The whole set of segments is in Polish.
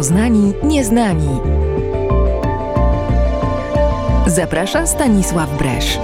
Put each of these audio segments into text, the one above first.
Poznani Nieznani. Zaprasza Stanisław Bresz.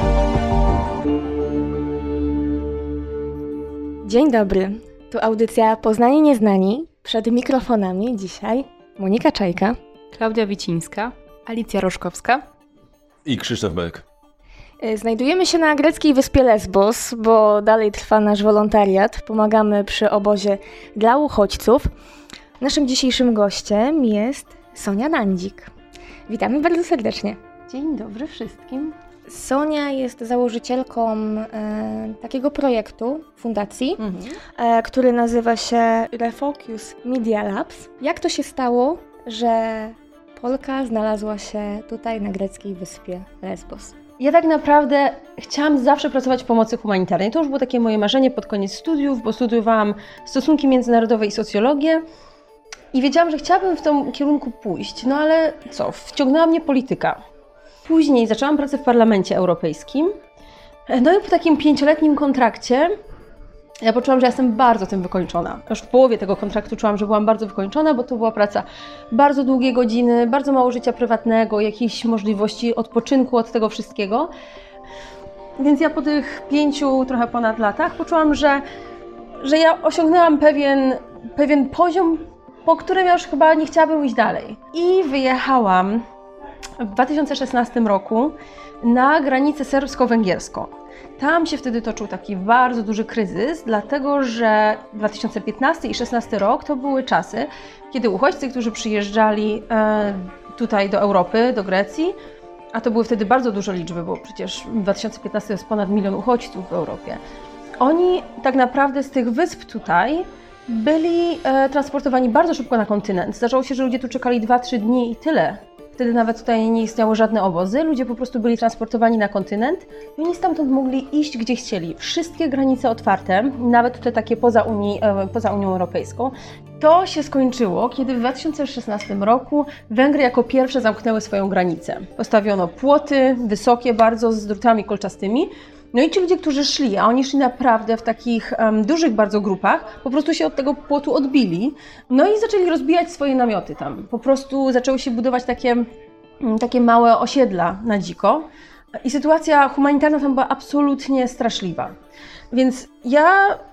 Dzień dobry, tu audycja Poznani Nieznani. Przed mikrofonami dzisiaj Monika Czajka, Klaudia Wicińska, Alicja Roszkowska i Krzysztof Beck. Znajdujemy się na greckiej wyspie Lesbos, bo dalej trwa nasz wolontariat. Pomagamy przy obozie dla uchodźców. Naszym dzisiejszym gościem jest Sonia Nandzik. Witamy bardzo serdecznie. Dzień dobry wszystkim. Sonia jest założycielką takiego projektu, fundacji, który nazywa się Refocus Media Labs. Jak to się stało, że Polka znalazła się tutaj na greckiej wyspie Lesbos? Ja tak naprawdę chciałam zawsze pracować w pomocy humanitarnej. To już było takie moje marzenie pod koniec studiów, bo studiowałam stosunki międzynarodowe i socjologię i wiedziałam, że chciałabym w tym kierunku pójść. No ale co, wciągnęła mnie polityka. Później zaczęłam pracę w Parlamencie Europejskim. No i po takim 5-letnim kontrakcie ja poczułam, że jestem bardzo tym wykończona. Już w połowie tego kontraktu czułam, że byłam bardzo wykończona, bo to była praca bardzo długie godziny, bardzo mało życia prywatnego, jakiejś możliwości odpoczynku od tego wszystkiego. Więc ja po tych 5 trochę ponad latach poczułam, że ja osiągnęłam pewien poziom, po którym ja już chyba nie chciałabym iść dalej. I wyjechałam w 2016 roku na granicę serbsko-węgierską. Tam się wtedy toczył taki bardzo duży kryzys, dlatego że 2015 i 2016 rok to były czasy, kiedy uchodźcy, którzy przyjeżdżali tutaj do Europy, do Grecji, a to były wtedy bardzo duże liczby, bo przecież 2015 to jest ponad 1 milion uchodźców w Europie. Oni tak naprawdę z tych wysp tutaj byli transportowani bardzo szybko na kontynent. Zdarzało się, że ludzie tu czekali 2-3 dni i tyle. Wtedy nawet tutaj nie istniały żadne obozy, ludzie po prostu byli transportowani na kontynent i oni stamtąd mogli iść gdzie chcieli. Wszystkie granice otwarte, nawet te takie poza Unią Europejską. To się skończyło, kiedy w 2016 roku Węgry jako pierwsze zamknęły swoją granicę. Postawiono płoty wysokie bardzo z drutami kolczastymi. No i ci ludzie, którzy szli, a oni szli naprawdę w takich dużych bardzo grupach, po prostu się od tego płotu odbili, no i zaczęli rozbijać swoje namioty tam. Po prostu zaczęły się budować takie małe osiedla na dziko i sytuacja humanitarna tam była absolutnie straszliwa. Więc ja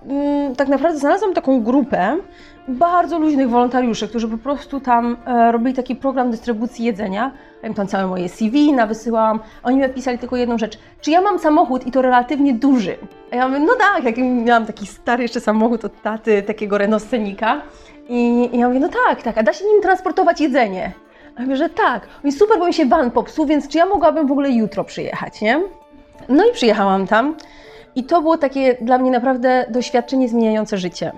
tak naprawdę znalazłam taką grupę bardzo luźnych wolontariuszy, którzy po prostu tam robili taki program dystrybucji jedzenia. Ja im tam całe moje CV nawysyłałam. Oni mi pisali tylko jedną rzecz. Czy ja mam samochód i to relatywnie duży? A ja mówię, no tak, jak miałam taki stary jeszcze samochód od taty, takiego Renault Scenica. I ja mówię, no tak, a da się nim transportować jedzenie? A ja mówię, że tak. Oni super, bo mi się van popsuł, więc czy ja mogłabym w ogóle jutro przyjechać, nie? No i przyjechałam tam. I to było takie dla mnie naprawdę doświadczenie zmieniające życie.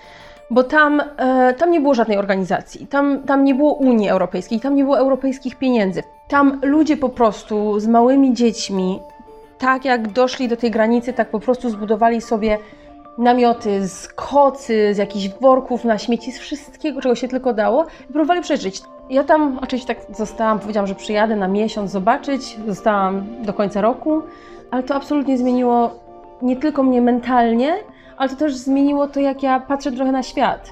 Bo tam nie było żadnej organizacji, tam nie było Unii Europejskiej, tam nie było europejskich pieniędzy. Tam ludzie po prostu z małymi dziećmi, tak jak doszli do tej granicy, tak po prostu zbudowali sobie namioty z kocy, z jakichś worków na śmieci, z wszystkiego, czego się tylko dało i próbowali przeżyć. Ja tam oczywiście tak zostałam, powiedziałam, że przyjadę na miesiąc zobaczyć, zostałam do końca roku, ale to absolutnie zmieniło nie tylko mnie mentalnie, ale to też zmieniło to, jak ja patrzę trochę na świat.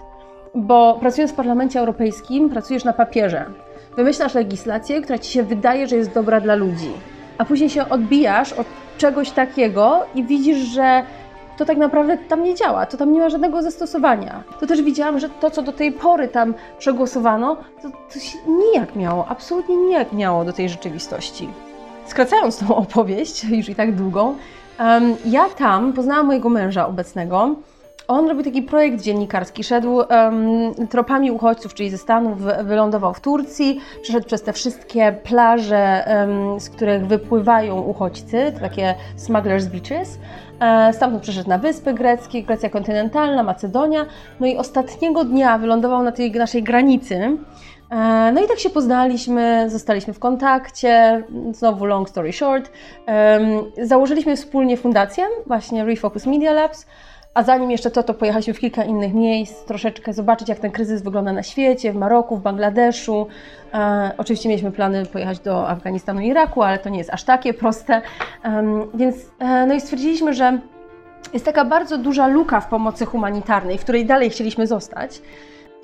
Bo pracując w Parlamencie Europejskim, pracujesz na papierze. Wymyślasz legislację, która ci się wydaje, że jest dobra dla ludzi. A później się odbijasz od czegoś takiego i widzisz, że to tak naprawdę tam nie działa, to tam nie ma żadnego zastosowania. To też widziałam, że to, co do tej pory tam przegłosowano, to się nijak miało, absolutnie nijak miało do tej rzeczywistości. Skracając tą opowieść, już i tak długą, ja tam poznałam mojego męża obecnego. On robił taki projekt dziennikarski, szedł tropami uchodźców, czyli ze Stanów, wylądował w Turcji, przeszedł przez te wszystkie plaże, z których wypływają uchodźcy, to takie smugglers beaches. Stamtąd przeszedł na wyspy greckie, Grecja kontynentalna, Macedonia. No i ostatniego dnia wylądował na tej naszej granicy. No i tak się poznaliśmy, zostaliśmy w kontakcie, znowu long story short. Założyliśmy wspólnie fundację, właśnie Refocus Media Labs, a zanim jeszcze to pojechaliśmy w kilka innych miejsc, troszeczkę zobaczyć, jak ten kryzys wygląda na świecie, w Maroku, w Bangladeszu. Oczywiście mieliśmy plany pojechać do Afganistanu i Iraku, ale to nie jest aż takie proste. Więc no i stwierdziliśmy, że jest taka bardzo duża luka w pomocy humanitarnej, w której dalej chcieliśmy zostać.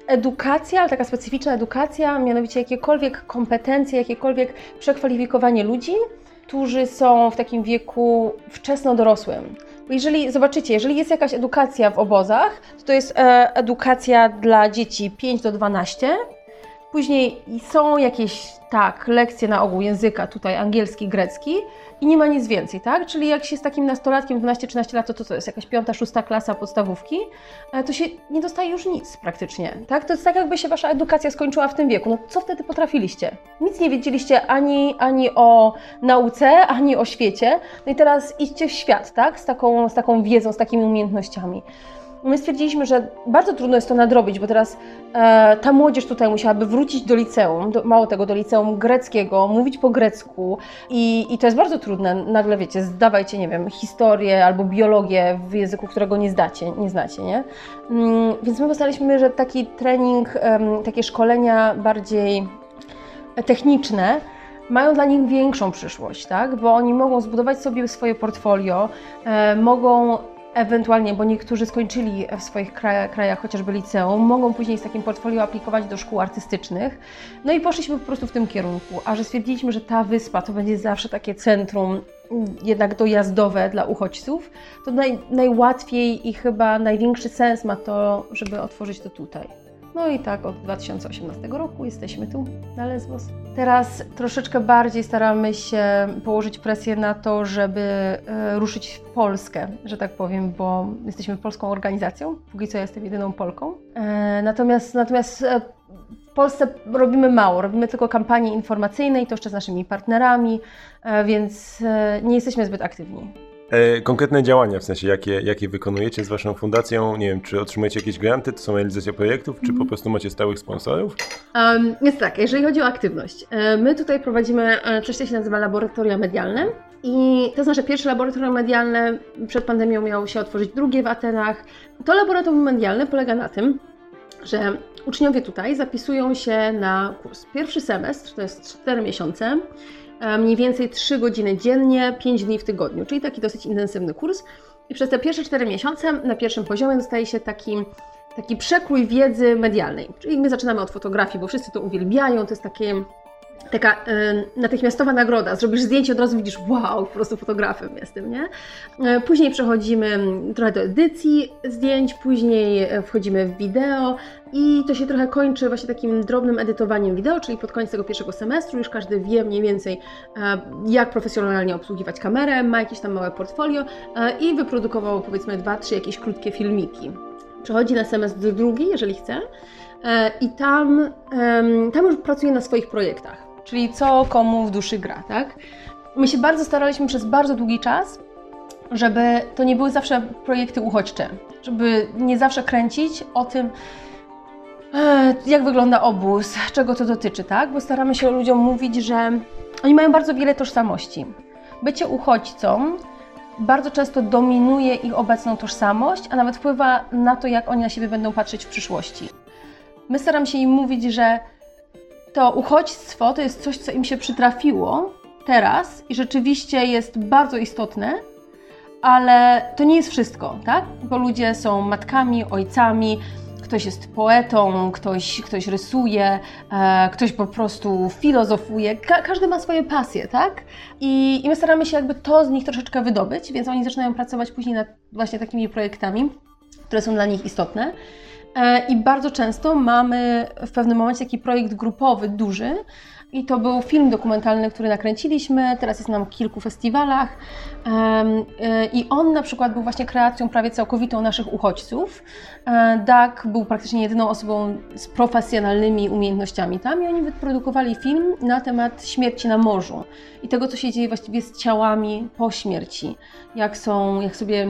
edukacja, ale taka specyficzna edukacja, mianowicie jakiekolwiek kompetencje, jakiekolwiek przekwalifikowanie ludzi, którzy są w takim wieku wczesno dorosłym. Bo jeżeli zobaczycie, jeżeli jest jakaś edukacja w obozach, to jest edukacja dla dzieci 5 do 12. Później są jakieś, lekcje na ogół języka, tutaj angielski, grecki i nie ma nic więcej, tak? Czyli jak się z takim nastolatkiem 12-13 lat, to jest jakaś 5-6 klasa podstawówki, to się nie dostaje już nic praktycznie, tak? To jest tak, jakby się wasza edukacja skończyła w tym wieku. No co wtedy potrafiliście? Nic nie wiedzieliście ani o nauce, ani o świecie. No i teraz idźcie w świat, tak? Z taką wiedzą, z takimi umiejętnościami. My stwierdziliśmy, że bardzo trudno jest to nadrobić, bo teraz ta młodzież tutaj musiałaby wrócić do liceum, mało tego, do liceum greckiego, mówić po grecku i to jest bardzo trudne. Nagle, wiecie, zdawajcie, nie wiem, historię albo biologię w języku, którego nie znacie, nie? Więc my postaliśmy, że taki trening, takie szkolenia bardziej techniczne mają dla nich większą przyszłość, tak? Bo oni mogą zbudować sobie swoje portfolio, mogą ewentualnie, bo niektórzy skończyli w swoich krajach chociażby liceum, mogą później z takim portfolio aplikować do szkół artystycznych. No i poszliśmy po prostu w tym kierunku, a że stwierdziliśmy, że ta wyspa to będzie zawsze takie centrum jednak dojazdowe dla uchodźców, to najłatwiej i chyba największy sens ma to, żeby otworzyć to tutaj. No i tak od 2018 roku jesteśmy tu na Lesbos. Teraz troszeczkę bardziej staramy się położyć presję na to, żeby ruszyć w Polskę, że tak powiem, bo jesteśmy polską organizacją. Póki co jestem jedyną Polką. Natomiast w Polsce robimy mało, robimy tylko kampanie informacyjne i to jeszcze z naszymi partnerami, więc nie jesteśmy zbyt aktywni. Konkretne działania, w sensie jakie wykonujecie z Waszą fundacją? Nie wiem, czy otrzymujecie jakieś granty, to są realizacja projektów, czy po prostu macie stałych sponsorów? Jest tak, jeżeli chodzi o aktywność, my tutaj prowadzimy coś, co się nazywa laboratoria medialne i to jest nasze pierwsze laboratorium medialne. Przed pandemią miało się otworzyć drugie w Atenach. To laboratorium medialne polega na tym, że uczniowie tutaj zapisują się na kurs. Pierwszy semestr to jest 4 miesiące, mniej więcej 3 godziny dziennie, 5 dni w tygodniu, czyli taki dosyć intensywny kurs. I przez te pierwsze 4 miesiące na pierwszym poziomie dostaje się taki przekrój wiedzy medialnej. Czyli my zaczynamy od fotografii, bo wszyscy to uwielbiają, to jest taka natychmiastowa nagroda. Zrobisz zdjęcie, od razu widzisz, wow, po prostu fotografem jestem, nie? Później przechodzimy trochę do edycji zdjęć, później wchodzimy w wideo i to się trochę kończy właśnie takim drobnym edytowaniem wideo, czyli pod koniec tego pierwszego semestru już każdy wie mniej więcej, jak profesjonalnie obsługiwać kamerę, ma jakieś tam małe portfolio i wyprodukował powiedzmy 2-3 jakieś krótkie filmiki. Przechodzi na semestr drugi, jeżeli chce, i tam już pracuje na swoich projektach. Czyli co komu w duszy gra, tak? My się bardzo staraliśmy przez bardzo długi czas, żeby to nie były zawsze projekty uchodźcze, żeby nie zawsze kręcić o tym, jak wygląda obóz, czego to dotyczy, tak? Bo staramy się ludziom mówić, że oni mają bardzo wiele tożsamości. Bycie uchodźcą bardzo często dominuje ich obecną tożsamość, a nawet wpływa na to, jak oni na siebie będą patrzeć w przyszłości. My staramy się im mówić, że to uchodźstwo to jest coś, co im się przytrafiło teraz i rzeczywiście jest bardzo istotne, ale to nie jest wszystko, tak? Bo ludzie są matkami, ojcami, ktoś jest poetą, ktoś rysuje, ktoś po prostu filozofuje. Każdy ma swoje pasje, tak? I my staramy się jakby to z nich troszeczkę wydobyć, więc oni zaczynają pracować później nad właśnie takimi projektami, które są dla nich istotne. I bardzo często mamy w pewnym momencie taki projekt grupowy, duży. I to był film dokumentalny, który nakręciliśmy, teraz jest na kilku festiwalach i on na przykład był właśnie kreacją prawie całkowitą naszych uchodźców. Doug był praktycznie jedyną osobą z profesjonalnymi umiejętnościami tam i oni wyprodukowali film na temat śmierci na morzu i tego, co się dzieje właściwie z ciałami po śmierci. Jak sobie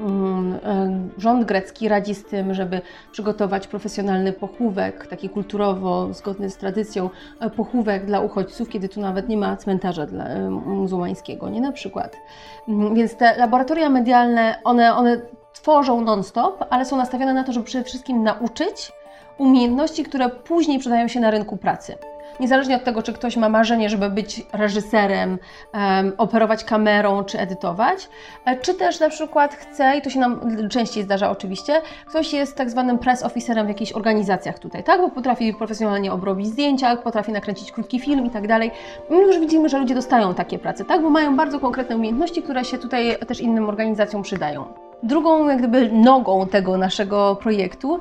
rząd grecki radzi z tym, żeby przygotować profesjonalny pochówek, taki kulturowo zgodny z tradycją pochówek dla uchodźców, kiedy tu nawet nie ma cmentarza muzułmańskiego, nie na przykład. Więc te laboratoria medialne, one tworzą non-stop, ale są nastawione na to, żeby przede wszystkim nauczyć umiejętności, które później przydają się na rynku pracy. niezależnie od tego, czy ktoś ma marzenie, żeby być reżyserem, operować kamerą, czy edytować, czy też na przykład chce, i to się nam częściej zdarza oczywiście, ktoś jest tak zwanym press officerem w jakichś organizacjach tutaj, tak? Bo potrafi profesjonalnie obrobić zdjęcia, potrafi nakręcić krótki film i tak dalej. My już widzimy, że ludzie dostają takie prace, tak? Bo mają bardzo konkretne umiejętności, które się tutaj też innym organizacjom przydają. Drugą jak gdyby nogą tego naszego projektu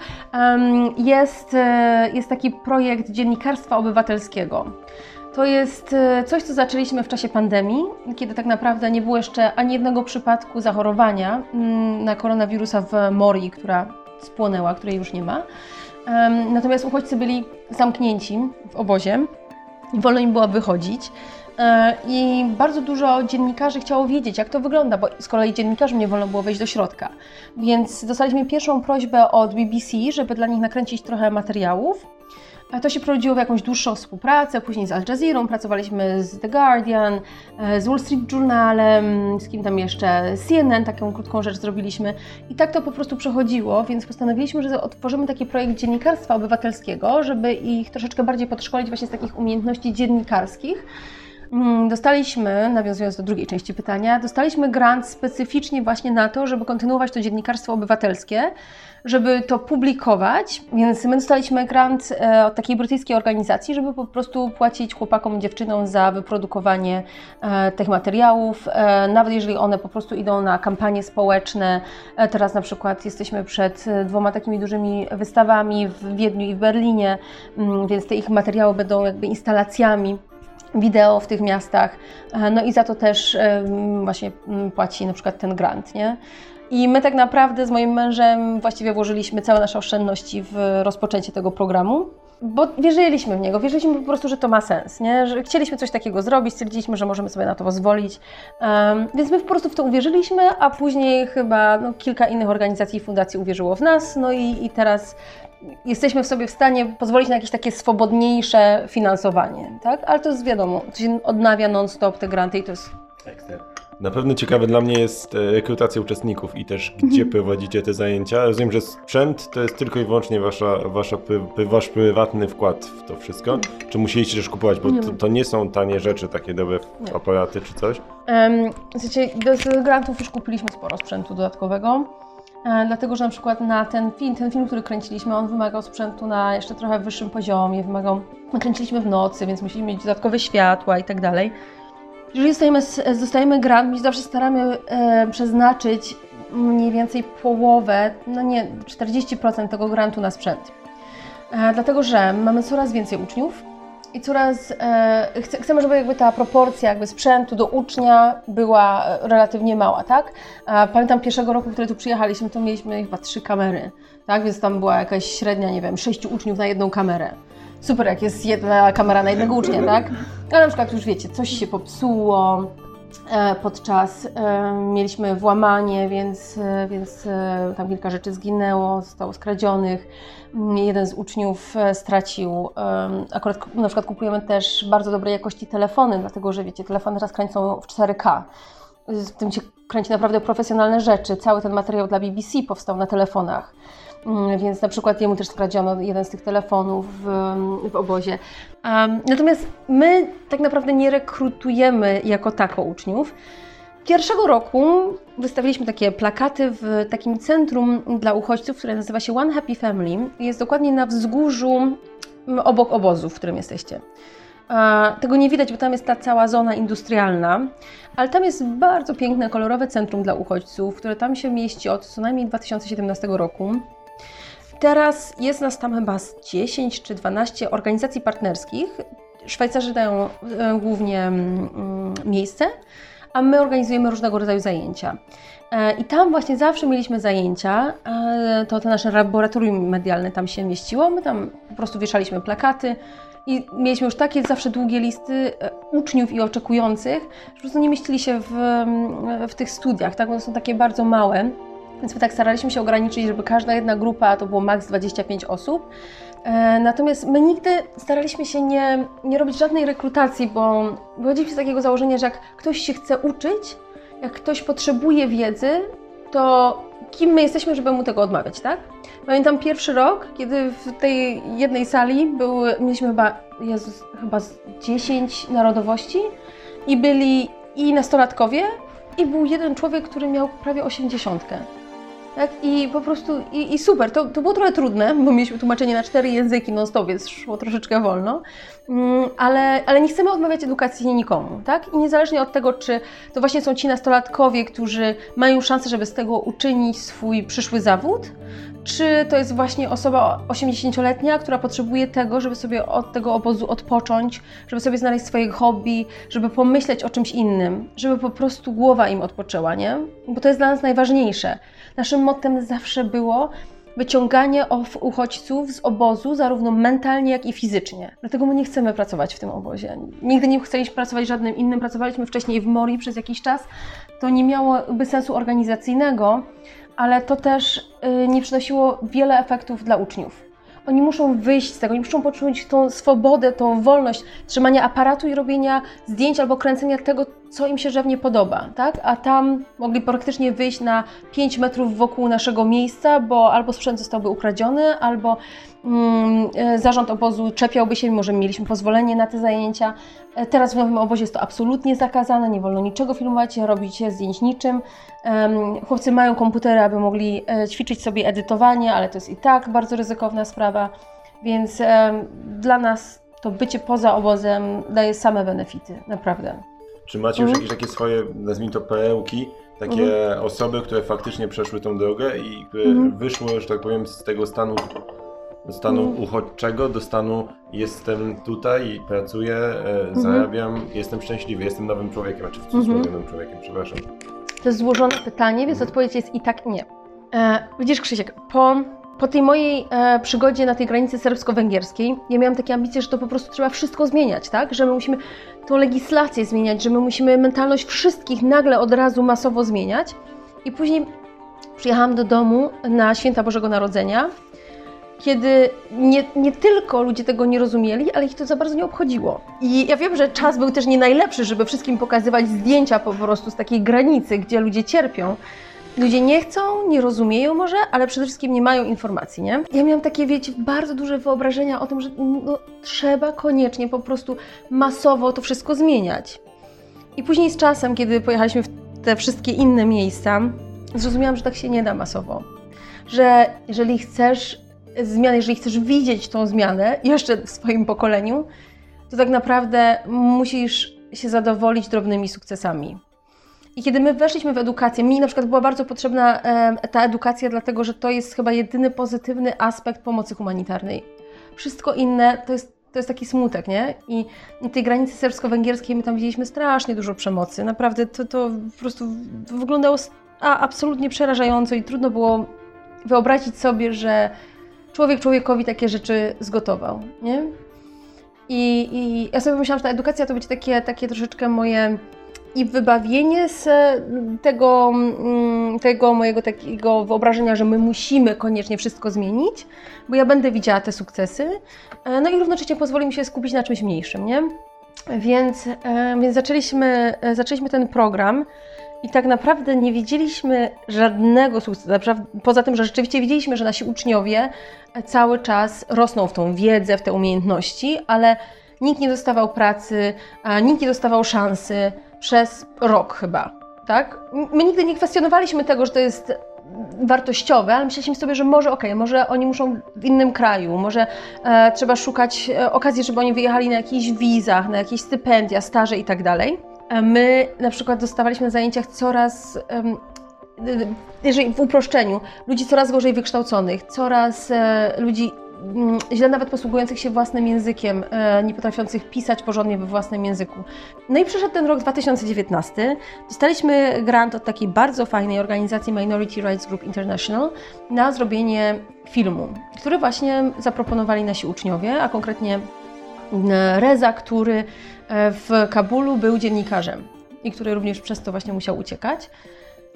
jest taki projekt dziennikarstwa obywatelskiego. To jest coś, co zaczęliśmy w czasie pandemii, kiedy tak naprawdę nie było jeszcze ani jednego przypadku zachorowania na koronawirusa w Morii, która spłonęła, której już nie ma. Natomiast uchodźcy byli zamknięci w obozie, nie wolno im było wychodzić. I bardzo dużo dziennikarzy chciało wiedzieć, jak to wygląda, bo z kolei dziennikarzom nie wolno było wejść do środka. Więc dostaliśmy pierwszą prośbę od BBC, żeby dla nich nakręcić trochę materiałów. To się prowadziło w jakąś dłuższą współpracę, później z Al Jazeera, pracowaliśmy z The Guardian, z Wall Street Journalem, z kim tam jeszcze, CNN, taką krótką rzecz zrobiliśmy. I tak to po prostu przechodziło, więc postanowiliśmy, że otworzymy taki projekt dziennikarstwa obywatelskiego, żeby ich troszeczkę bardziej podszkolić właśnie z takich umiejętności dziennikarskich. Dostaliśmy, nawiązując do drugiej części pytania, dostaliśmy grant specyficznie właśnie na to, żeby kontynuować to dziennikarstwo obywatelskie, żeby to publikować, więc my dostaliśmy grant od takiej brytyjskiej organizacji, żeby po prostu płacić chłopakom i dziewczynom za wyprodukowanie tych materiałów, nawet jeżeli one po prostu idą na kampanie społeczne. Teraz na przykład jesteśmy przed 2 takimi dużymi wystawami w Wiedniu i w Berlinie, więc te ich materiały będą jakby instalacjami wideo w tych miastach, no i za to też właśnie płaci na przykład ten grant, nie? I my tak naprawdę z moim mężem właściwie włożyliśmy całe nasze oszczędności w rozpoczęcie tego programu, bo wierzyliśmy w niego, wierzyliśmy po prostu, że to ma sens, nie? Że chcieliśmy coś takiego zrobić, stwierdziliśmy, że możemy sobie na to pozwolić, więc my po prostu w to uwierzyliśmy, a później chyba kilka innych organizacji i fundacji uwierzyło w nas, no i teraz jesteśmy sobie w stanie pozwolić na jakieś takie swobodniejsze finansowanie, tak? Ale to jest wiadomo, to się odnawia non-stop te granty i to jest... Na pewno ciekawe dla mnie jest rekrutacja uczestników i też gdzie prowadzicie te zajęcia. Rozumiem, że sprzęt to jest tylko i wyłącznie wasz prywatny wkład w to wszystko. Czy musieliście też kupować, bo to nie są tanie rzeczy, takie dobre aparaty czy coś? Z grantów już kupiliśmy sporo sprzętu dodatkowego. Dlatego, że na przykład na ten film, który kręciliśmy, on wymagał sprzętu na jeszcze trochę wyższym poziomie, kręciliśmy w nocy, więc musieliśmy mieć dodatkowe światła i tak dalej. Jeżeli dostajemy grant, my zawsze staramy przeznaczyć mniej więcej połowę, 40% tego grantu na sprzęt. Dlatego, że mamy coraz więcej uczniów i chcemy, żeby jakby ta proporcja jakby sprzętu do ucznia była relatywnie mała, tak? Pamiętam pierwszego roku, który tu przyjechaliśmy, to mieliśmy chyba 3 kamery, tak? Więc tam była jakaś średnia, nie wiem, 6 uczniów na 1 kamerę. Super, jak jest 1 kamera na 1 ucznia, tak? Ale na przykład już wiecie, coś się popsuło podczas, mieliśmy włamanie, więc tam kilka rzeczy zginęło, zostało skradzionych. Jeden z uczniów stracił, akurat na przykład kupujemy też bardzo dobrej jakości telefony, dlatego że wiecie, telefony teraz kręcą w 4K. W tym się kręci naprawdę profesjonalne rzeczy. Cały ten materiał dla BBC powstał na telefonach. Więc na przykład jemu też skradziono jeden z tych telefonów w obozie. Natomiast my tak naprawdę nie rekrutujemy jako tako uczniów. Pierwszego roku wystawiliśmy takie plakaty w takim centrum dla uchodźców, które nazywa się One Happy Family. Jest dokładnie na wzgórzu obok obozu, w którym jesteście. Tego nie widać, bo tam jest ta cała zona industrialna, ale tam jest bardzo piękne, kolorowe centrum dla uchodźców, które tam się mieści od co najmniej 2017 roku. Teraz jest nas tam chyba z 10 czy 12 organizacji partnerskich. Szwajcarzy dają głównie miejsce, a my organizujemy różnego rodzaju zajęcia. I tam właśnie zawsze mieliśmy zajęcia, to nasze laboratorium medialne tam się mieściło, my tam po prostu wieszaliśmy plakaty i mieliśmy już takie zawsze długie listy uczniów i oczekujących, że po prostu nie mieścili się w tych studiach, tak? One są takie bardzo małe. Więc my tak staraliśmy się ograniczyć, żeby każda jedna grupa to było maks 25 osób. Natomiast my nigdy staraliśmy się nie robić żadnej rekrutacji, bo wychodziliśmy z takiego założenia, że jak ktoś się chce uczyć, jak ktoś potrzebuje wiedzy, to kim my jesteśmy, żeby mu tego odmawiać, tak? Pamiętam pierwszy rok, kiedy w tej jednej sali mieliśmy chyba z 10 narodowości i byli i nastolatkowie, i był jeden człowiek, który miał prawie 80. Tak? I po prostu, i super, to było trochę trudne, bo mieliśmy tłumaczenie na 4 języki non-stop, więc szło troszeczkę wolno, ale nie chcemy odmawiać edukacji nikomu, tak? I niezależnie od tego, czy to właśnie są ci nastolatkowie, którzy mają szansę, żeby z tego uczynić swój przyszły zawód, czy to jest właśnie osoba 80-letnia, która potrzebuje tego, żeby sobie od tego obozu odpocząć, żeby sobie znaleźć swoje hobby, żeby pomyśleć o czymś innym, żeby po prostu głowa im odpoczęła, nie? Bo to jest dla nas najważniejsze. Naszym mottem zawsze było wyciąganie uchodźców z obozu, zarówno mentalnie, jak i fizycznie. Dlatego my nie chcemy pracować w tym obozie. Nigdy nie chcieliśmy pracować żadnym innym. Pracowaliśmy wcześniej w Mori przez jakiś czas. To nie miałoby sensu organizacyjnego, ale to też nie przynosiło wiele efektów dla uczniów. Oni muszą wyjść z tego, oni muszą poczuć tą swobodę, tą wolność trzymania aparatu i robienia zdjęć albo kręcenia tego, co im się żywnie podoba, tak? A tam mogli praktycznie wyjść na 5 metrów wokół naszego miejsca, bo albo sprzęt zostałby ukradziony, albo zarząd obozu czepiałby się, mimo że mieliśmy pozwolenie na te zajęcia. Teraz w nowym obozie jest to absolutnie zakazane, nie wolno niczego filmować, robić zdjęć niczym. Chłopcy mają komputery, aby mogli ćwiczyć sobie edytowanie, ale to jest i tak bardzo ryzykowna sprawa, więc dla nas to bycie poza obozem daje same benefity, naprawdę. Czy macie już jakieś takie swoje, nazwijmy to perełki, takie osoby, które faktycznie przeszły tą drogę i które wyszły, że tak powiem, z tego stanu uchodźczego do stanu jestem tutaj, pracuję, zarabiam, jestem szczęśliwy, jestem nowym człowiekiem, znaczy w cudzysłowie nowym człowiekiem, przepraszam. To jest złożone pytanie, więc odpowiedź jest i tak, i nie. Widzisz, Krzysiek, po tej mojej przygodzie na tej granicy serbsko-węgierskiej, ja miałam takie ambicje, że to po prostu trzeba wszystko zmieniać, tak? Że my musimy tą legislację zmieniać, że my musimy mentalność wszystkich nagle od razu masowo zmieniać. I później przyjechałam do domu na Święta Bożego Narodzenia, kiedy nie tylko ludzie tego nie rozumieli, ale ich to za bardzo nie obchodziło. I ja wiem, że czas był też nie najlepszy, żeby wszystkim pokazywać zdjęcia po prostu z takiej granicy, gdzie ludzie cierpią. Ludzie nie chcą, nie rozumieją może, ale przede wszystkim nie mają informacji, nie? Ja miałam takie, wiecie, bardzo duże wyobrażenia o tym, że trzeba koniecznie po prostu masowo to wszystko zmieniać. I później z czasem, kiedy pojechaliśmy w te wszystkie inne miejsca, zrozumiałam, że tak się nie da masowo. Że jeżeli chcesz zmiany, jeżeli chcesz widzieć tą zmianę jeszcze w swoim pokoleniu, to tak naprawdę musisz się zadowolić drobnymi sukcesami. I kiedy my weszliśmy w edukację, mi na przykład była bardzo potrzebna ta edukacja, dlatego że to jest chyba jedyny pozytywny aspekt pomocy humanitarnej. Wszystko inne to jest taki smutek, nie? I na tej granicy serbsko-węgierskiej my tam widzieliśmy strasznie dużo przemocy. Naprawdę to po prostu wyglądało absolutnie przerażająco i trudno było wyobrazić sobie, że człowiek człowiekowi takie rzeczy zgotował, nie? I ja sobie myślałam, że ta edukacja to będzie takie troszeczkę moje i wybawienie z tego mojego takiego wyobrażenia, że my musimy koniecznie wszystko zmienić, bo ja będę widziała te sukcesy, no i równocześnie pozwoli mi się skupić na czymś mniejszym, nie? Więc zaczęliśmy ten program i tak naprawdę nie widzieliśmy żadnego sukcesu, poza tym, że rzeczywiście widzieliśmy, że nasi uczniowie cały czas rosną w tą wiedzę, w te umiejętności, ale nikt nie dostawał pracy, nikt nie dostawał szansy przez rok chyba, tak? My nigdy nie kwestionowaliśmy tego, że to jest wartościowe, ale myśleliśmy sobie, że może oni muszą w innym kraju, może trzeba szukać okazji, żeby oni wyjechali na jakichś wizach, na jakieś stypendia, staże i tak dalej. My na przykład dostawaliśmy na zajęciach coraz, jeżeli w uproszczeniu, ludzi coraz gorzej wykształconych, coraz ludzi źle nawet posługujących się własnym językiem, nie potrafiących pisać porządnie we własnym języku. No i przyszedł ten rok 2019. Dostaliśmy grant od takiej bardzo fajnej organizacji Minority Rights Group International na zrobienie filmu, który właśnie zaproponowali nasi uczniowie, a konkretnie Reza, który w Kabulu był dziennikarzem i który również przez to właśnie musiał uciekać.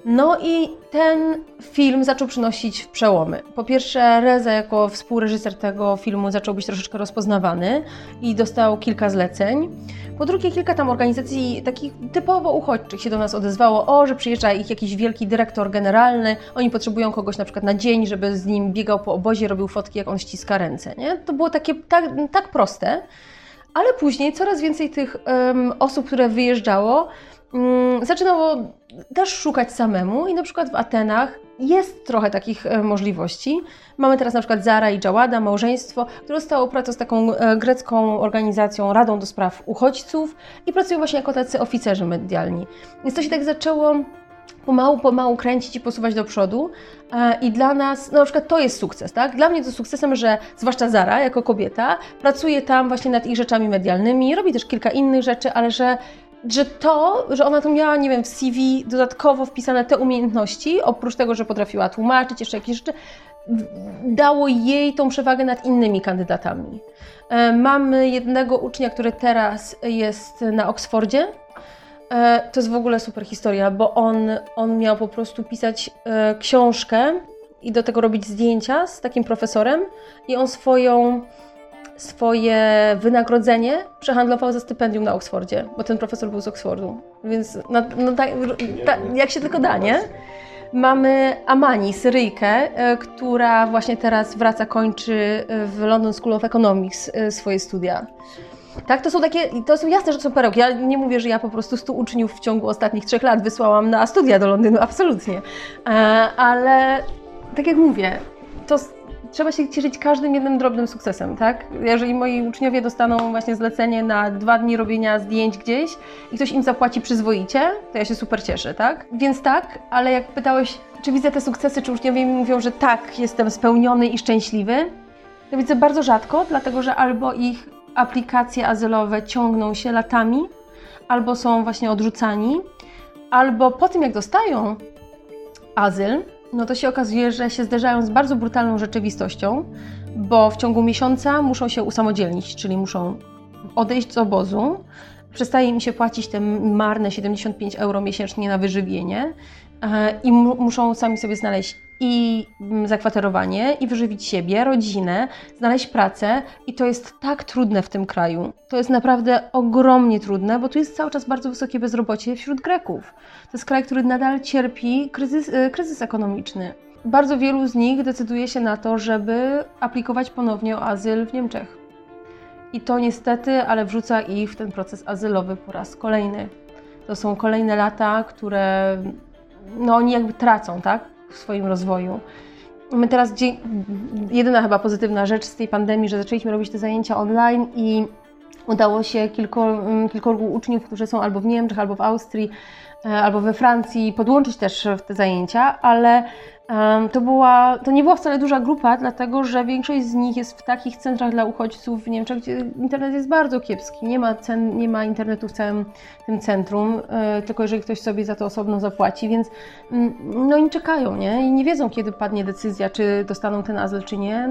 No i ten film zaczął przynosić przełomy. Po pierwsze, Reza jako współreżyser tego filmu zaczął być troszeczkę rozpoznawany i dostał kilka zleceń. Po drugie, kilka tam organizacji takich typowo uchodźczych się do nas odezwało, że przyjeżdża ich jakiś wielki dyrektor generalny, oni potrzebują kogoś na przykład na dzień, żeby z nim biegał po obozie, robił fotki, jak on ściska ręce. Nie? To było takie tak proste, ale później coraz więcej tych osób, które wyjeżdżało, zaczynało też szukać samemu i na przykład w Atenach jest trochę takich możliwości. Mamy teraz na przykład Zara i Jawada, małżeństwo, które stało pracą z taką grecką organizacją, Radą do Spraw Uchodźców i pracują właśnie jako tacy oficerzy medialni. Więc to się tak zaczęło pomału kręcić i posuwać do przodu i dla nas, no na przykład to jest sukces, tak? Dla mnie to sukcesem, że zwłaszcza Zara jako kobieta pracuje tam właśnie nad ich rzeczami medialnymi, robi też kilka innych rzeczy, ale że ona to miała, nie wiem, w CV dodatkowo wpisane te umiejętności, oprócz tego, że potrafiła tłumaczyć jeszcze jakieś rzeczy, dało jej tą przewagę nad innymi kandydatami. Mamy jednego ucznia, który teraz jest na Oksfordzie. To jest w ogóle super historia, bo on miał po prostu pisać książkę i do tego robić zdjęcia z takim profesorem i on swoje wynagrodzenie przehandlował za stypendium na Oksfordzie, bo ten profesor był z Oksfordu, więc jak się tylko da, nie? Mamy Amani, Syryjkę, która właśnie teraz kończy w London School of Economics swoje studia. Tak, to są jasne, że to są perełki. Ja nie mówię, że ja po prostu 100 uczniów w ciągu ostatnich 3 lat wysłałam na studia do Londynu, absolutnie. Ale tak jak mówię, to trzeba się cieszyć każdym jednym drobnym sukcesem, tak? Jeżeli moi uczniowie dostaną właśnie zlecenie na 2 dni robienia zdjęć gdzieś i ktoś im zapłaci przyzwoicie, to ja się super cieszę, tak? Więc tak, ale jak pytałeś, czy widzę te sukcesy, czy uczniowie mi mówią, że tak, jestem spełniony i szczęśliwy, to widzę bardzo rzadko, dlatego że albo ich aplikacje azylowe ciągną się latami, albo są właśnie odrzucani, albo po tym jak dostają azyl, no to się okazuje, że się zderzają z bardzo brutalną rzeczywistością, bo w ciągu miesiąca muszą się usamodzielnić, czyli muszą odejść z obozu, przestaje im się płacić te marne 75 € miesięcznie na wyżywienie i muszą sami sobie znaleźć i zakwaterowanie, i wyżywić siebie, rodzinę, znaleźć pracę i to jest tak trudne w tym kraju. To jest naprawdę ogromnie trudne, bo tu jest cały czas bardzo wysokie bezrobocie wśród Greków. To jest kraj, który nadal cierpi kryzys ekonomiczny. Bardzo wielu z nich decyduje się na to, żeby aplikować ponownie o azyl w Niemczech. I to niestety, ale wrzuca ich w ten proces azylowy po raz kolejny. To są kolejne lata, które oni jakby tracą, tak? W swoim rozwoju. My teraz, jedyna chyba pozytywna rzecz z tej pandemii, że zaczęliśmy robić te zajęcia online i udało się kilku uczniów, którzy są albo w Niemczech, albo w Austrii, albo we Francji, podłączyć też w te zajęcia, ale to nie była wcale duża grupa, dlatego że większość z nich jest w takich centrach dla uchodźców w Niemczech, gdzie internet jest bardzo kiepski. Nie ma internetu w całym tym centrum, tylko jeżeli ktoś sobie za to osobno zapłaci, więc oni czekają, nie? I nie wiedzą, kiedy padnie decyzja, czy dostaną ten azyl, czy nie.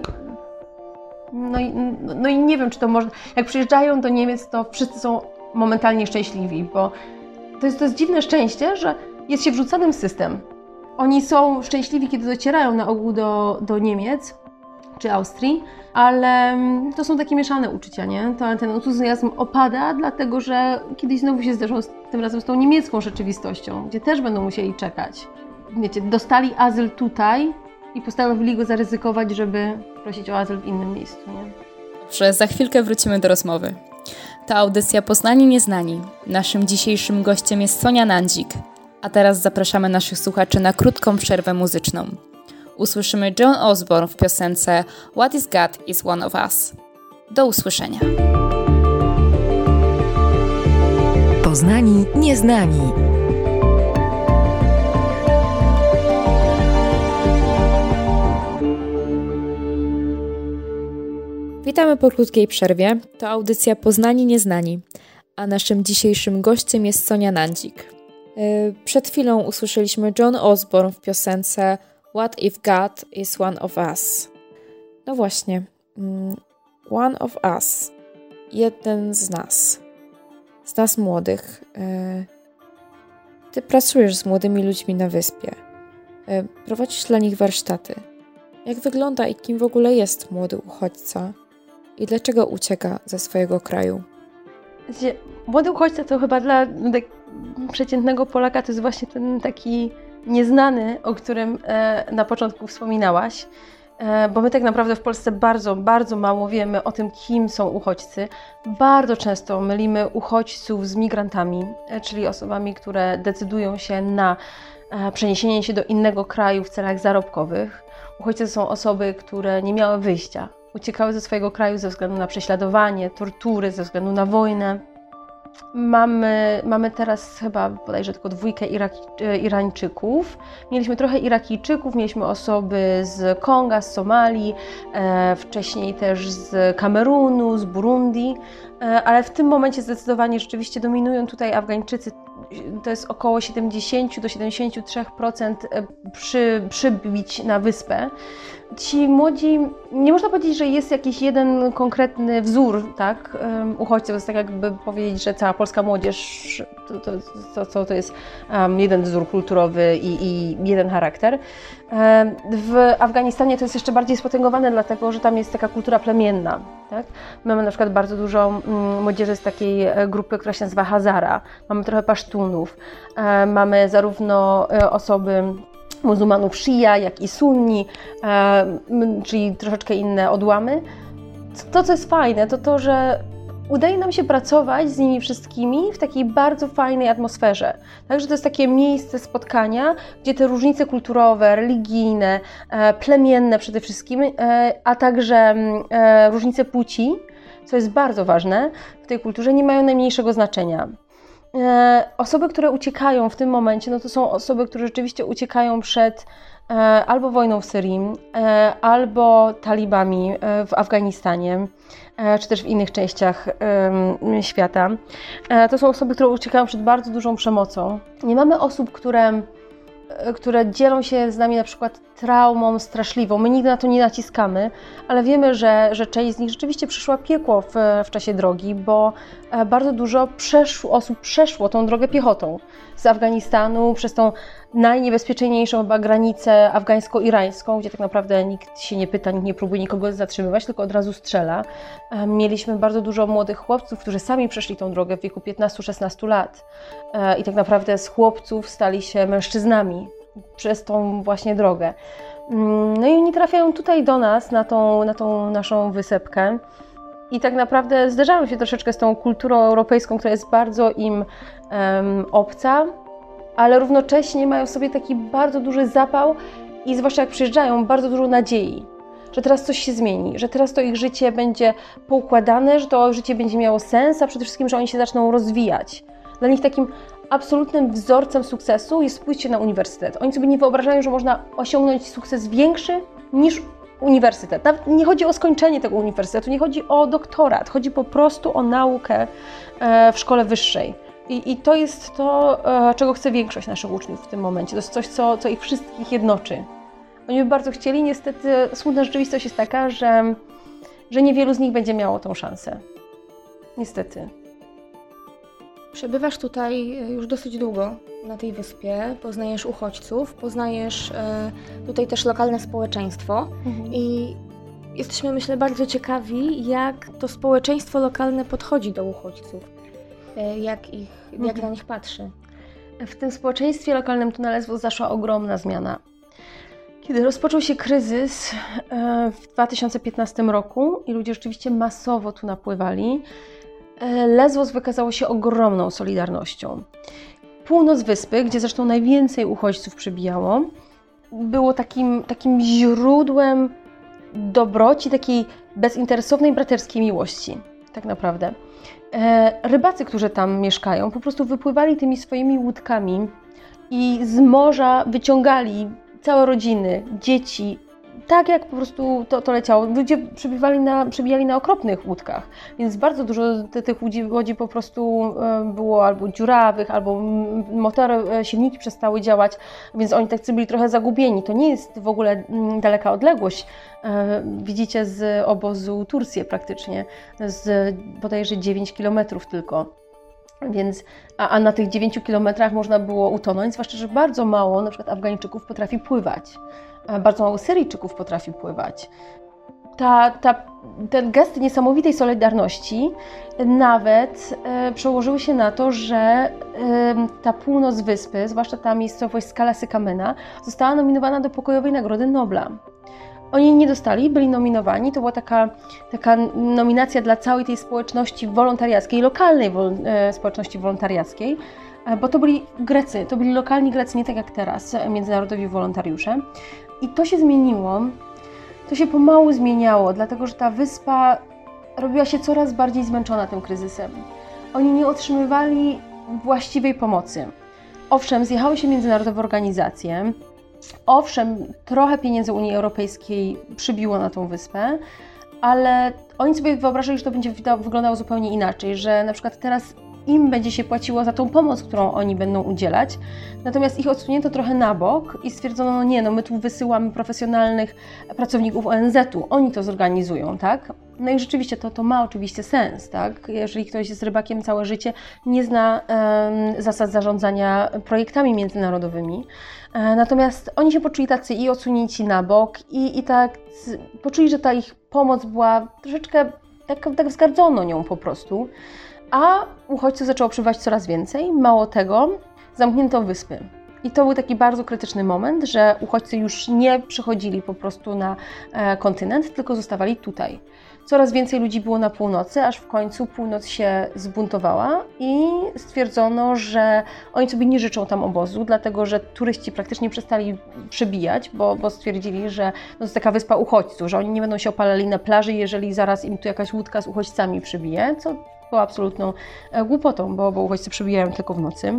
No i nie wiem, czy to można. Jak przyjeżdżają do Niemiec, to wszyscy są momentalnie szczęśliwi, bo to jest dziwne szczęście, że jest się wrzucanym w system. Oni są szczęśliwi, kiedy docierają na ogół do Niemiec czy Austrii, ale to są takie mieszane uczucia, nie? Ten entuzjazm opada, dlatego że kiedyś znowu się zderzą tym razem z tą niemiecką rzeczywistością, gdzie też będą musieli czekać. Wiecie, dostali azyl tutaj i postanowili go zaryzykować, żeby prosić o azyl w innym miejscu, nie? Dobrze, za chwilkę wrócimy do rozmowy. To audycja Poznani Nieznani. Naszym dzisiejszym gościem jest Sonia Nandzik. A teraz zapraszamy naszych słuchaczy na krótką przerwę muzyczną. Usłyszymy John Osborne w piosence What is God is one of us. Do usłyszenia. Poznani Nieznani. Witamy po krótkiej przerwie. To audycja Poznani Nieznani, a naszym dzisiejszym gościem jest Sonia Nandzik. Przed chwilą usłyszeliśmy John Osborne w piosence What if God is one of us? No właśnie, one of us, jeden z nas młodych. Ty pracujesz z młodymi ludźmi na wyspie. Prowadzisz dla nich warsztaty. Jak wygląda i kim w ogóle jest młody uchodźca? I dlaczego ucieka ze swojego kraju? Młody uchodźca to chyba dla przeciętnego Polaka to jest właśnie ten taki nieznany, o którym na początku wspominałaś. Bo my tak naprawdę w Polsce bardzo, bardzo mało wiemy o tym, kim są uchodźcy. Bardzo często mylimy uchodźców z migrantami, czyli osobami, które decydują się na przeniesienie się do innego kraju w celach zarobkowych. Uchodźcy to są osoby, które nie miały wyjścia. Uciekały ze swojego kraju ze względu na prześladowanie, tortury, ze względu na wojnę. Mamy teraz chyba bodajże tylko 2 Irańczyków. Mieliśmy trochę Irakijczyków, mieliśmy osoby z Konga, z Somalii, wcześniej też z Kamerunu, z Burundi, ale w tym momencie zdecydowanie rzeczywiście dominują tutaj Afgańczycy. To jest około 70 do 73% przybić na wyspę. Ci młodzi, nie można powiedzieć, że jest jakiś jeden konkretny wzór, tak, uchodźców. To jest tak jakby powiedzieć, że cała polska młodzież to jest jeden wzór kulturowy i jeden charakter. W Afganistanie to jest jeszcze bardziej spotęgowane, dlatego że tam jest taka kultura plemienna. Tak? Mamy na przykład bardzo dużo młodzieży z takiej grupy, która się nazywa Hazara. Mamy trochę Pasztunów. Mamy zarówno osoby muzułmanów Shia, jak i Sunni, czyli troszeczkę inne odłamy. To, co jest fajne, to to, że udaje nam się pracować z nimi wszystkimi w takiej bardzo fajnej atmosferze. Także to jest takie miejsce spotkania, gdzie te różnice kulturowe, religijne, plemienne przede wszystkim, a także różnice płci, co jest bardzo ważne w tej kulturze, nie mają najmniejszego znaczenia. Osoby, które uciekają w tym momencie, no to są osoby, które rzeczywiście uciekają przed albo wojną w Syrii, albo talibami w Afganistanie, czy też w innych częściach świata. To są osoby, które uciekają przed bardzo dużą przemocą. Nie mamy osób, które dzielą się z nami na przykład traumą straszliwą. My nigdy na to nie naciskamy, ale wiemy, że część z nich rzeczywiście przeszła piekło w czasie drogi, bo bardzo dużo osób przeszło tą drogę piechotą z Afganistanu przez tą najniebezpieczniejszą chyba granicę afgańsko-irańską, gdzie tak naprawdę nikt się nie pyta, nikt nie próbuje nikogo zatrzymywać, tylko od razu strzela. Mieliśmy bardzo dużo młodych chłopców, którzy sami przeszli tą drogę w wieku 15-16 lat i tak naprawdę z chłopców stali się mężczyznami przez tą właśnie drogę. No i oni trafiają tutaj do nas, na tą naszą wysepkę. I tak naprawdę zderzają się troszeczkę z tą kulturą europejską, która jest bardzo im obca, ale równocześnie mają w sobie taki bardzo duży zapał i zwłaszcza jak przyjeżdżają, bardzo dużo nadziei, że teraz coś się zmieni, że teraz to ich życie będzie poukładane, że to życie będzie miało sens, a przede wszystkim, że oni się zaczną rozwijać. Dla nich takim absolutnym wzorcem sukcesu jest pójście na uniwersytet. Oni sobie nie wyobrażają, że można osiągnąć sukces większy niż uniwersytet. Nawet nie chodzi o skończenie tego uniwersytetu, nie chodzi o doktorat, chodzi po prostu o naukę w szkole wyższej. I to jest to, czego chce większość naszych uczniów w tym momencie. To jest coś, co ich wszystkich jednoczy. Oni by bardzo chcieli, niestety smutna rzeczywistość jest taka, że niewielu z nich będzie miało tą szansę. Niestety. Przebywasz tutaj już dosyć długo na tej wyspie, poznajesz uchodźców, poznajesz tutaj też lokalne społeczeństwo i jesteśmy, myślę, bardzo ciekawi, jak to społeczeństwo lokalne podchodzi do uchodźców, jak na nich patrzy. W tym społeczeństwie lokalnym tu na Lesbos zaszła ogromna zmiana. Kiedy rozpoczął się kryzys w 2015 roku i ludzie rzeczywiście masowo tu napływali, Lesbos wykazało się ogromną solidarnością. Północ wyspy, gdzie zresztą najwięcej uchodźców przybijało, było takim źródłem dobroci, takiej bezinteresownej, braterskiej miłości, tak naprawdę. Rybacy, którzy tam mieszkają, po prostu wypływali tymi swoimi łódkami i z morza wyciągali całe rodziny, dzieci, tak jak po prostu to leciało. Ludzie przebijali na okropnych łódkach, więc bardzo dużo tych łodzi po prostu było albo dziurawych, albo motory, silniki przestały działać, więc oni tak byli trochę zagubieni. To nie jest w ogóle daleka odległość. Widzicie z obozu Turcję praktycznie, z bodajże 9 kilometrów tylko. Więc, a na tych 9 kilometrach można było utonąć, zwłaszcza, że bardzo mało na przykład Afgańczyków potrafi pływać, bardzo mało Syryjczyków potrafi pływać. Ten gest niesamowitej solidarności nawet przełożył się na to, że ta północ wyspy, zwłaszcza ta miejscowość Skala Sykamena, została nominowana do Pokojowej Nagrody Nobla. Oni nie dostali, byli nominowani, to była taka nominacja dla całej tej społeczności wolontariackiej, lokalnej społeczności wolontariackiej, bo to byli Grecy, to byli lokalni Grecy, nie tak jak teraz, międzynarodowi wolontariusze. I to się zmieniło, to się pomału zmieniało, dlatego że ta wyspa robiła się coraz bardziej zmęczona tym kryzysem. Oni nie otrzymywali właściwej pomocy. Owszem, zjechały się międzynarodowe organizacje, owszem, trochę pieniędzy Unii Europejskiej przybiło na tą wyspę, ale oni sobie wyobrażali, że to będzie wyglądało zupełnie inaczej, że na przykład teraz im będzie się płaciło za tą pomoc, którą oni będą udzielać, natomiast ich odsunięto trochę na bok i stwierdzono, no nie, no my tu wysyłamy profesjonalnych pracowników ONZ-u, oni to zorganizują, tak? No i rzeczywiście to ma oczywiście sens, tak? Jeżeli ktoś jest rybakiem całe życie, nie zna zasad zarządzania projektami międzynarodowymi, natomiast oni się poczuli tacy i odsunięci na bok i tak poczuli, że ta ich pomoc była troszeczkę, tak wzgardzono nią po prostu. A uchodźców zaczęło przybywać coraz więcej, mało tego, zamknięto wyspy. I to był taki bardzo krytyczny moment, że uchodźcy już nie przychodzili po prostu na kontynent, tylko zostawali tutaj. Coraz więcej ludzi było na północy, aż w końcu północ się zbuntowała i stwierdzono, że oni sobie nie życzą tam obozu, dlatego że turyści praktycznie przestali przybijać, bo stwierdzili, że to jest taka wyspa uchodźców, że oni nie będą się opalali na plaży, jeżeli zaraz im tu jakaś łódka z uchodźcami przybije, co było absolutną głupotą, bo uchodźcy przybijają tylko w nocy.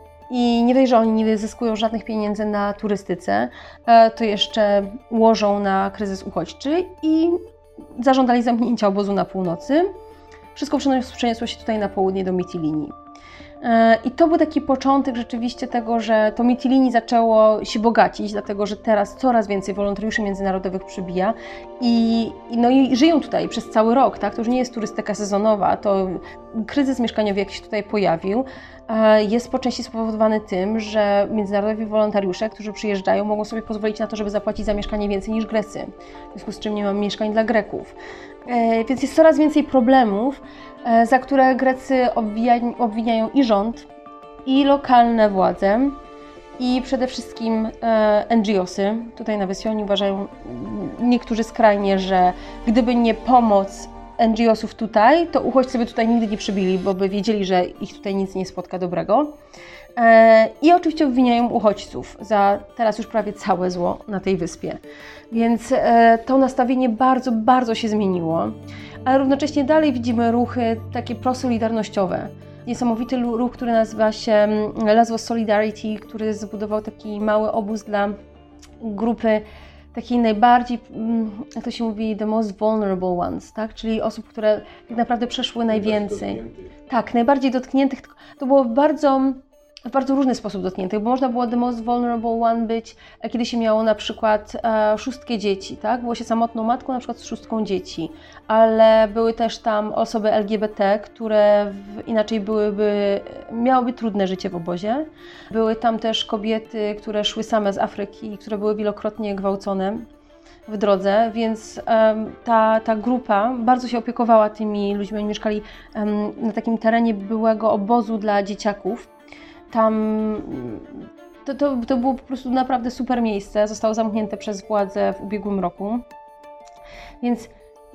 I nie dość, że oni nie zyskują żadnych pieniędzy na turystyce, to jeszcze łożą na kryzys uchodźczy i zażądali zamknięcia obozu na północy. Wszystko przeniosło się tutaj na południe do Mytilini. I to był taki początek rzeczywiście tego, że to Mytilini zaczęło się bogacić, dlatego że teraz coraz więcej wolontariuszy międzynarodowych przybija i żyją tutaj przez cały rok, tak? To już nie jest turystyka sezonowa, to kryzys mieszkaniowy, jak się tutaj pojawił, jest po części spowodowany tym, że międzynarodowi wolontariusze, którzy przyjeżdżają, mogą sobie pozwolić na to, żeby zapłacić za mieszkanie więcej niż Grecy, w związku z czym nie mamy mieszkań dla Greków. Więc jest coraz więcej problemów, za które Grecy obwiniają i rząd, i lokalne władze, i przede wszystkim NGO-sy. Tutaj na wyspie oni uważają niektórzy skrajnie, że gdyby nie pomoc NGO-sów tutaj, to uchodźcy by tutaj nigdy nie przybili, bo by wiedzieli, że ich tutaj nic nie spotka dobrego. I oczywiście obwiniają uchodźców za teraz już prawie całe zło na tej wyspie. Więc to nastawienie bardzo, bardzo się zmieniło, ale równocześnie dalej widzimy ruchy takie prosolidarnościowe. Niesamowity ruch, który nazywa się Lesbos Solidarity, który zbudował taki mały obóz dla grupy takiej najbardziej, jak to się mówi, the most vulnerable ones, tak? Czyli osób, które tak naprawdę przeszły najwięcej. Tak, najbardziej dotkniętych. To było w bardzo różny sposób dotkniętych, bo można było the most vulnerable one być, kiedy się miało na przykład 6 dzieci, tak? Było się samotną matką, na przykład z 6 dzieci, ale były też tam osoby LGBT, które inaczej miałyby trudne życie w obozie. Były tam też kobiety, które szły same z Afryki, które były wielokrotnie gwałcone w drodze, więc ta grupa bardzo się opiekowała tymi ludźmi. Oni mieszkali na takim terenie byłego obozu dla dzieciaków. Tam to było po prostu naprawdę super miejsce, zostało zamknięte przez władze w ubiegłym roku. Więc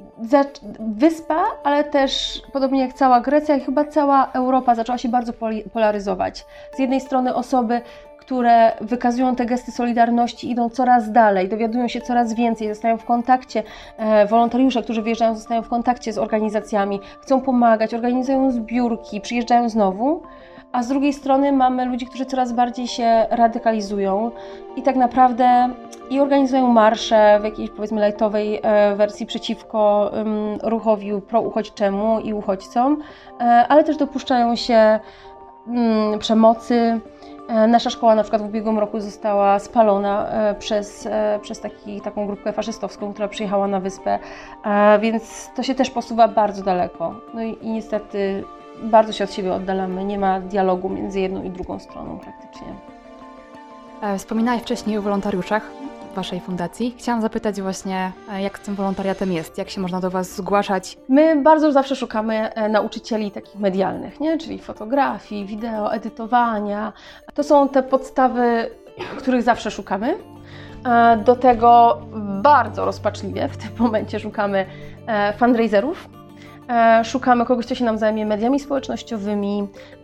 wyspa, ale też podobnie jak cała Grecja i chyba cała Europa zaczęła się bardzo polaryzować. Z jednej strony osoby, które wykazują te gesty solidarności, idą coraz dalej, dowiadują się coraz więcej, zostają w kontakcie, wolontariusze, którzy wyjeżdżają, zostają w kontakcie z organizacjami, chcą pomagać, organizują zbiórki, przyjeżdżają znowu. A z drugiej strony mamy ludzi, którzy coraz bardziej się radykalizują i tak naprawdę i organizują marsze w jakiejś, powiedzmy, lightowej wersji przeciwko ruchowi prouchodźczemu i uchodźcom, ale też dopuszczają się przemocy. Nasza szkoła na przykład w ubiegłym roku została spalona przez taką grupkę faszystowską, która przyjechała na wyspę, więc to się też posuwa bardzo daleko. No i niestety bardzo się od siebie oddalamy, nie ma dialogu między jedną i drugą stroną praktycznie. Wspominałaś wcześniej o wolontariuszach Waszej fundacji. Chciałam zapytać właśnie, jak z tym wolontariatem jest? Jak się można do Was zgłaszać? My bardzo zawsze szukamy nauczycieli takich medialnych, nie? Czyli fotografii, wideo, edytowania. To są te podstawy, których zawsze szukamy. Do tego bardzo rozpaczliwie w tym momencie szukamy fundraiserów. Szukamy kogoś, kto się nam zajmie mediami społecznościowymi,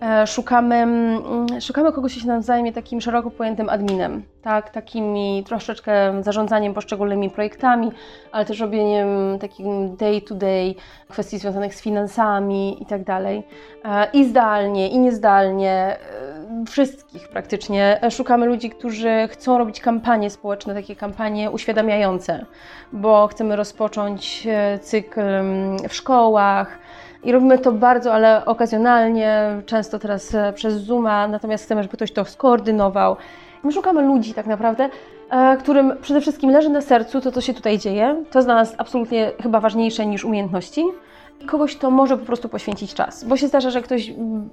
szukamy kogoś, kto się nam zajmie takim szeroko pojętym adminem, tak? Takimi troszeczkę zarządzaniem poszczególnymi projektami, ale też robieniem takim day-to-day kwestii związanych z finansami i tak dalej. I zdalnie, i niezdalnie, wszystkich praktycznie. Szukamy ludzi, którzy chcą robić kampanie społeczne, takie kampanie uświadamiające, bo chcemy rozpocząć cykl w szkołach i robimy to bardzo, ale okazjonalnie, często teraz przez Zooma, natomiast chcemy, żeby ktoś to skoordynował. My szukamy ludzi tak naprawdę, którym przede wszystkim leży na sercu to, co się tutaj dzieje. To jest dla nas absolutnie chyba ważniejsze niż umiejętności. Kogoś, kto może po prostu poświęcić czas, bo się zdarza, że ktoś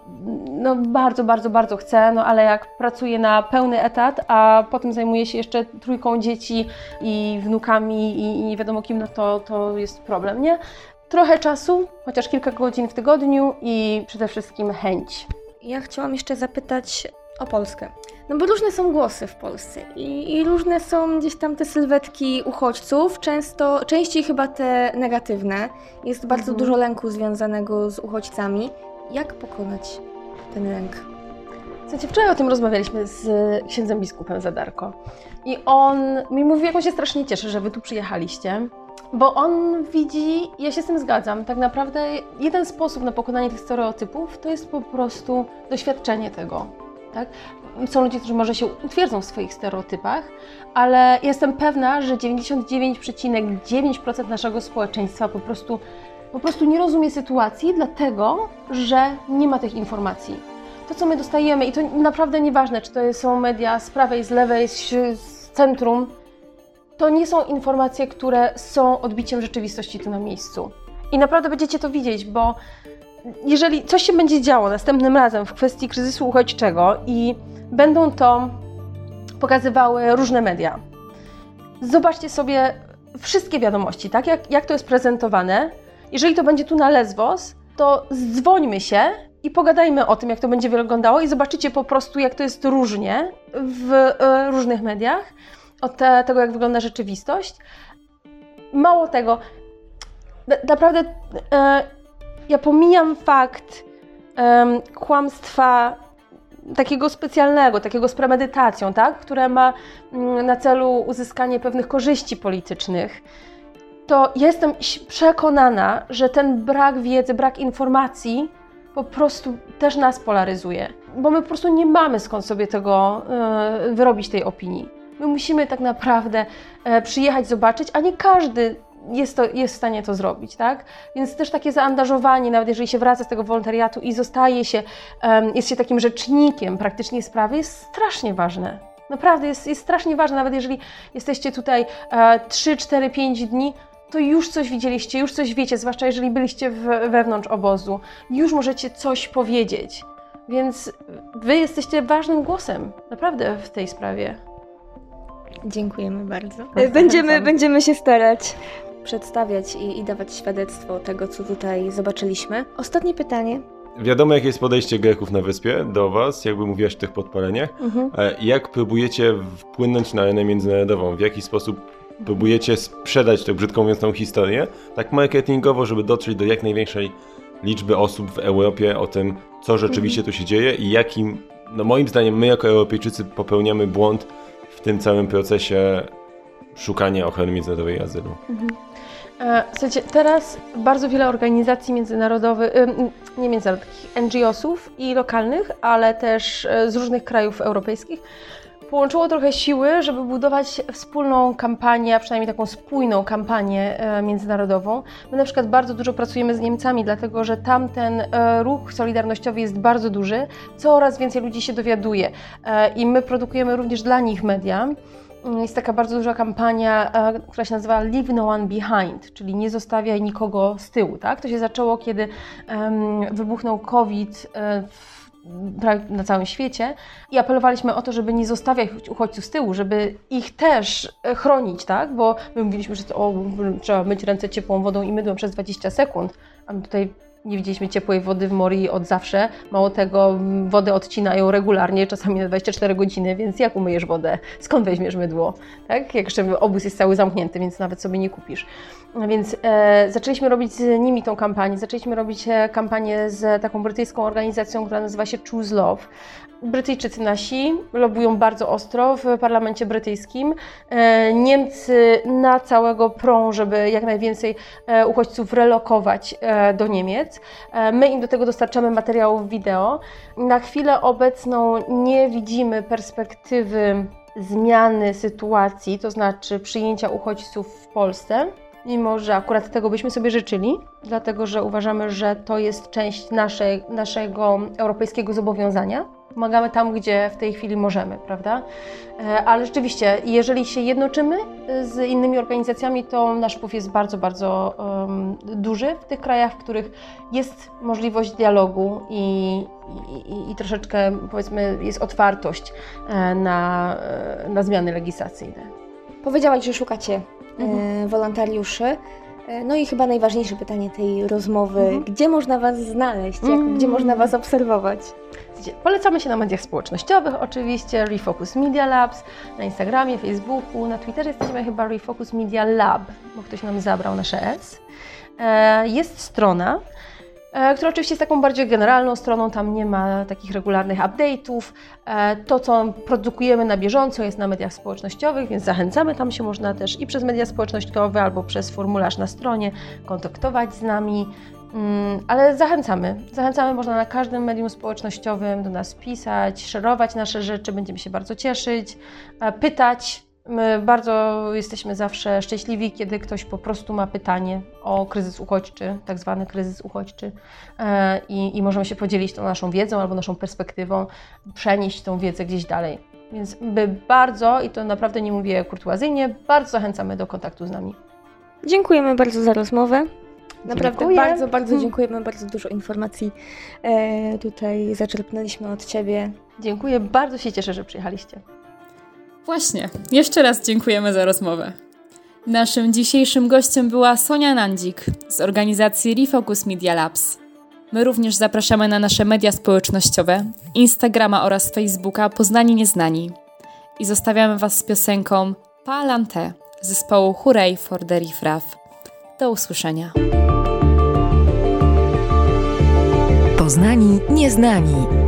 bardzo chce, ale jak pracuje na pełny etat, a potem zajmuje się jeszcze 3 dzieci i wnukami i nie wiadomo kim, to jest problem, nie? Trochę czasu, chociaż kilka godzin w tygodniu i przede wszystkim chęć. Ja chciałam jeszcze zapytać o Polskę. No bo różne są głosy w Polsce i różne są gdzieś tam te sylwetki uchodźców, częściej chyba te negatywne. Jest bardzo dużo lęku związanego z uchodźcami. Jak pokonać ten lęk? Słuchajcie, wczoraj o tym rozmawialiśmy z księdzem biskupem Zadarko i on mi mówi, jak on się strasznie cieszy, że wy tu przyjechaliście, bo on widzi, ja się z tym zgadzam, tak naprawdę jeden sposób na pokonanie tych stereotypów to jest po prostu doświadczenie tego. Tak? Są ludzie, którzy może się utwierdzą w swoich stereotypach, ale jestem pewna, że 99,9% naszego społeczeństwa po prostu nie rozumie sytuacji, dlatego że nie ma tych informacji. To, co my dostajemy, i to naprawdę nieważne, czy to są media z prawej, z lewej, z centrum, to nie są informacje, które są odbiciem rzeczywistości tu na miejscu. I naprawdę będziecie to widzieć, bo jeżeli coś się będzie działo następnym razem w kwestii kryzysu uchodźczego i będą to pokazywały różne media, zobaczcie sobie wszystkie wiadomości, tak? Jak to jest prezentowane. Jeżeli to będzie tu na Lesbos, to dzwońmy się i pogadajmy o tym, jak to będzie wyglądało i zobaczycie po prostu, jak to jest różnie w różnych mediach od tego, jak wygląda rzeczywistość. Mało tego, naprawdę ja pomijam fakt kłamstwa takiego specjalnego, takiego z premedytacją, tak? Które ma na celu uzyskanie pewnych korzyści politycznych, to jestem przekonana, że ten brak wiedzy, brak informacji po prostu też nas polaryzuje, bo my po prostu nie mamy skąd sobie tego wyrobić tej opinii. My musimy tak naprawdę przyjechać, zobaczyć, a nie każdy jest w stanie to zrobić, tak? Więc też takie zaangażowanie, nawet jeżeli się wraca z tego wolontariatu i jest się takim rzecznikiem praktycznie sprawy, jest strasznie ważne. Naprawdę jest strasznie ważne, nawet jeżeli jesteście tutaj 3, 4, 5 dni, to już coś widzieliście, już coś wiecie, zwłaszcza jeżeli byliście wewnątrz obozu, już możecie coś powiedzieć. Więc wy jesteście ważnym głosem, naprawdę w tej sprawie. Dziękujemy bardzo. Będziemy się starać przedstawiać i dawać świadectwo tego, co tutaj zobaczyliśmy. Ostatnie pytanie. Wiadomo, jakie jest podejście Greków na wyspie do was, jakby mówiłaś o tych podpaleniach. Jak próbujecie wpłynąć na arenę międzynarodową? W jaki sposób próbujecie sprzedać tę, brzydko mówiąc, tą historię, tak marketingowo, żeby dotrzeć do jak największej liczby osób w Europie o tym, co rzeczywiście tu się dzieje i jakim, no moim zdaniem, my jako Europejczycy popełniamy błąd w tym całym procesie szukania ochrony międzynarodowej i azylu. Słuchajcie, teraz bardzo wiele organizacji międzynarodowych, nie międzynarodowych, NGO-sów i lokalnych, ale też z różnych krajów europejskich połączyło trochę siły, żeby budować wspólną kampanię, a przynajmniej taką spójną kampanię międzynarodową. My na przykład bardzo dużo pracujemy z Niemcami, dlatego że tam ten ruch solidarnościowy jest bardzo duży, coraz więcej ludzi się dowiaduje i my produkujemy również dla nich media. jest taka bardzo duża kampania, która się nazywa Leave No One Behind, czyli nie zostawiaj nikogo z tyłu. Tak? To się zaczęło, kiedy wybuchnął COVID na całym świecie i apelowaliśmy o to, żeby nie zostawiać uchodźców z tyłu, żeby ich też chronić, tak? Bo my mówiliśmy, że trzeba myć ręce ciepłą wodą i mydłem przez 20 sekund, a my tutaj nie widzieliśmy ciepłej wody w Morii od zawsze. Mało tego, wodę odcinają regularnie, czasami na 24 godziny, więc jak umyjesz wodę? Skąd weźmiesz mydło? Tak? Jak jeszcze obóz jest cały zamknięty, więc nawet sobie nie kupisz. Więc zaczęliśmy robić z nimi tą kampanię. Zaczęliśmy robić kampanię z taką brytyjską organizacją, która nazywa się Choose Love. Brytyjczycy nasi lobują bardzo ostro w parlamencie brytyjskim. Niemcy na całego prą, żeby jak najwięcej uchodźców relokować do Niemiec. My im do tego dostarczamy materiałów wideo. Na chwilę obecną nie widzimy perspektywy zmiany sytuacji, to znaczy przyjęcia uchodźców w Polsce. Mimo że akurat tego byśmy sobie życzyli, dlatego że uważamy, że to jest część naszego europejskiego zobowiązania. Pomagamy tam, gdzie w tej chwili możemy, prawda? Ale rzeczywiście, jeżeli się jednoczymy z innymi organizacjami, to nasz wpływ jest bardzo, bardzo duży w tych krajach, w których jest możliwość dialogu i troszeczkę, powiedzmy, jest otwartość na zmiany legislacyjne. Powiedziałaś, że szukacie wolontariuszy. No i chyba najważniejsze pytanie tej rozmowy, gdzie można Was znaleźć, gdzie można Was obserwować? Polecamy się na mediach społecznościowych, oczywiście Refocus Media Labs, na Instagramie, Facebooku, na Twitterze jesteśmy chyba Refocus Media Lab, bo ktoś nam zabrał nasze S. Jest strona, która oczywiście jest taką bardziej generalną stroną, tam nie ma takich regularnych update'ów. To, co produkujemy na bieżąco, jest na mediach społecznościowych, więc zachęcamy, tam się można też i przez media społecznościowe, albo przez formularz na stronie kontaktować z nami, ale zachęcamy, można na każdym medium społecznościowym do nas pisać, szerować nasze rzeczy, będziemy się bardzo cieszyć, pytać. My bardzo jesteśmy zawsze szczęśliwi, kiedy ktoś po prostu ma pytanie o kryzys uchodźczy, tak zwany kryzys uchodźczy i możemy się podzielić tą naszą wiedzą albo naszą perspektywą, przenieść tą wiedzę gdzieś dalej. Więc my bardzo, i to naprawdę nie mówię kurtuazyjnie, bardzo zachęcamy do kontaktu z nami. Dziękujemy bardzo za rozmowę. Naprawdę Dziękuję. bardzo dziękujemy, bardzo dużo informacji tutaj zaczerpnęliśmy od Ciebie. Dziękuję, bardzo się cieszę, że przyjechaliście. Właśnie, jeszcze raz dziękujemy za rozmowę. Naszym dzisiejszym gościem była Sonia Nandzik z organizacji Refocus Media Labs. My również zapraszamy na nasze media społecznościowe, Instagrama oraz Facebooka Poznani Nieznani. I zostawiamy Was z piosenką Palante zespołu Hooray for the Riffraff. Do usłyszenia. Poznani Nieznani.